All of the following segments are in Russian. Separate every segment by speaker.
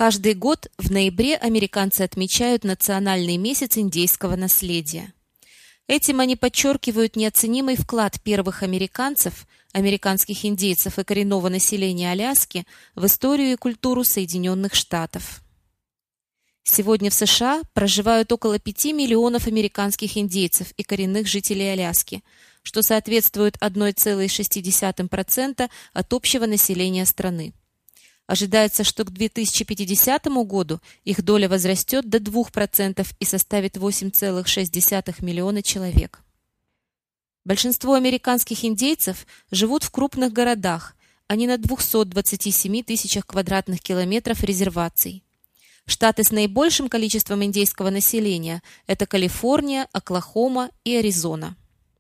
Speaker 1: Каждый год в ноябре американцы отмечают Национальный месяц индейского наследия. Этим они подчеркивают неоценимый вклад первых американцев, американских индейцев и коренного населения Аляски в историю и культуру Соединенных Штатов. Сегодня в США проживают около 5 миллионов американских индейцев и коренных жителей Аляски, что соответствует 1,6% от общего населения страны. Ожидается, что к 2050 году их доля возрастет до 2% и составит 8,6 миллиона человек. Большинство американских индейцев живут в крупных городах, а не на 227 тысячах квадратных километров резерваций. Штаты с наибольшим количеством индейского населения – это Калифорния, Оклахома и Аризона.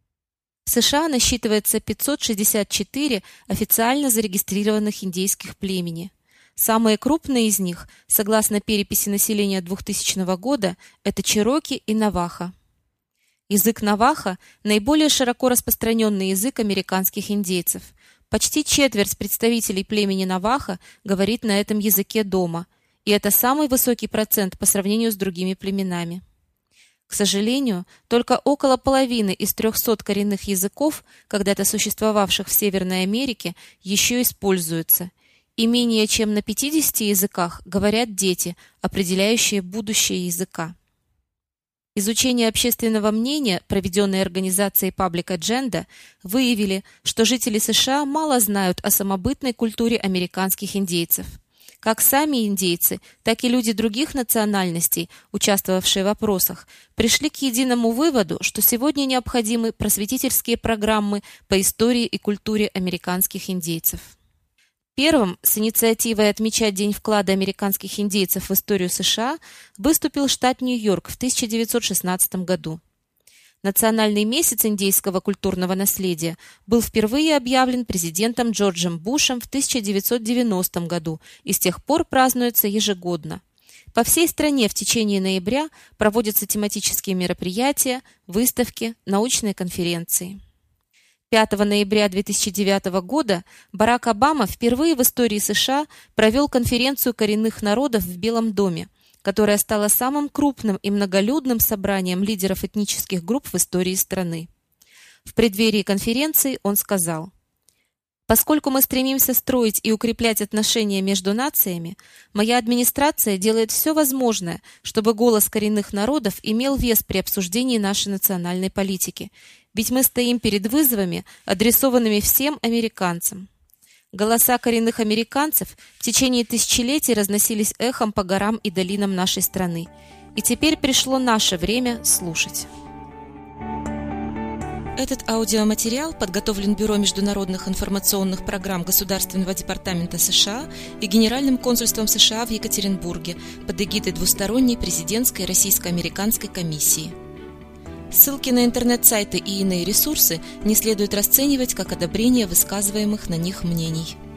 Speaker 1: В США насчитывается 564 официально зарегистрированных индейских племени. Самые крупные из них, согласно переписи населения 2000 года, это чероки и навахо. Язык навахо – наиболее широко распространенный язык американских индейцев. Почти четверть представителей племени навахо говорит на этом языке дома, и это самый высокий процент по сравнению с другими племенами. К сожалению, только около половины из 300 коренных языков, когда-то существовавших в Северной Америке, еще используются, и менее чем на 50 языках говорят дети, определяющие будущее языка. Изучение общественного мнения, проведенное организацией Public Agenda, выявили, что жители США мало знают о самобытной культуре американских индейцев. Как сами индейцы, так и люди других национальностей, участвовавшие в опросах, пришли к единому выводу, что сегодня необходимы просветительские программы по истории и культуре американских индейцев. Первым с инициативой отмечать День вклада американских индейцев в историю США выступил штат Нью-Йорк в 1916 году. Национальный месяц индейского культурного наследия был впервые объявлен президентом Джорджем Бушем в 1990 году и с тех пор празднуется ежегодно. По всей стране в течение ноября проводятся тематические мероприятия, выставки, научные конференции. 5 ноября 2009 года Барак Обама впервые в истории США провел конференцию коренных народов в Белом доме, которая стала самым крупным и многолюдным собранием лидеров этнических групп в истории страны. В преддверии конференции он сказал: «Поскольку мы стремимся строить и укреплять отношения между нациями, моя администрация делает все возможное, чтобы голос коренных народов имел вес при обсуждении нашей национальной политики, ведь мы стоим перед вызовами, адресованными всем американцам». Голоса коренных американцев в течение тысячелетий разносились эхом по горам и долинам нашей страны. И теперь пришло наше время слушать. Этот аудиоматериал подготовлен Бюро международных информационных программ Государственного департамента США и Генеральным консульством США в Екатеринбурге под эгидой двусторонней президентской российско-американской комиссии. Ссылки на интернет-сайты и иные ресурсы не следует расценивать как одобрение высказываемых на них мнений.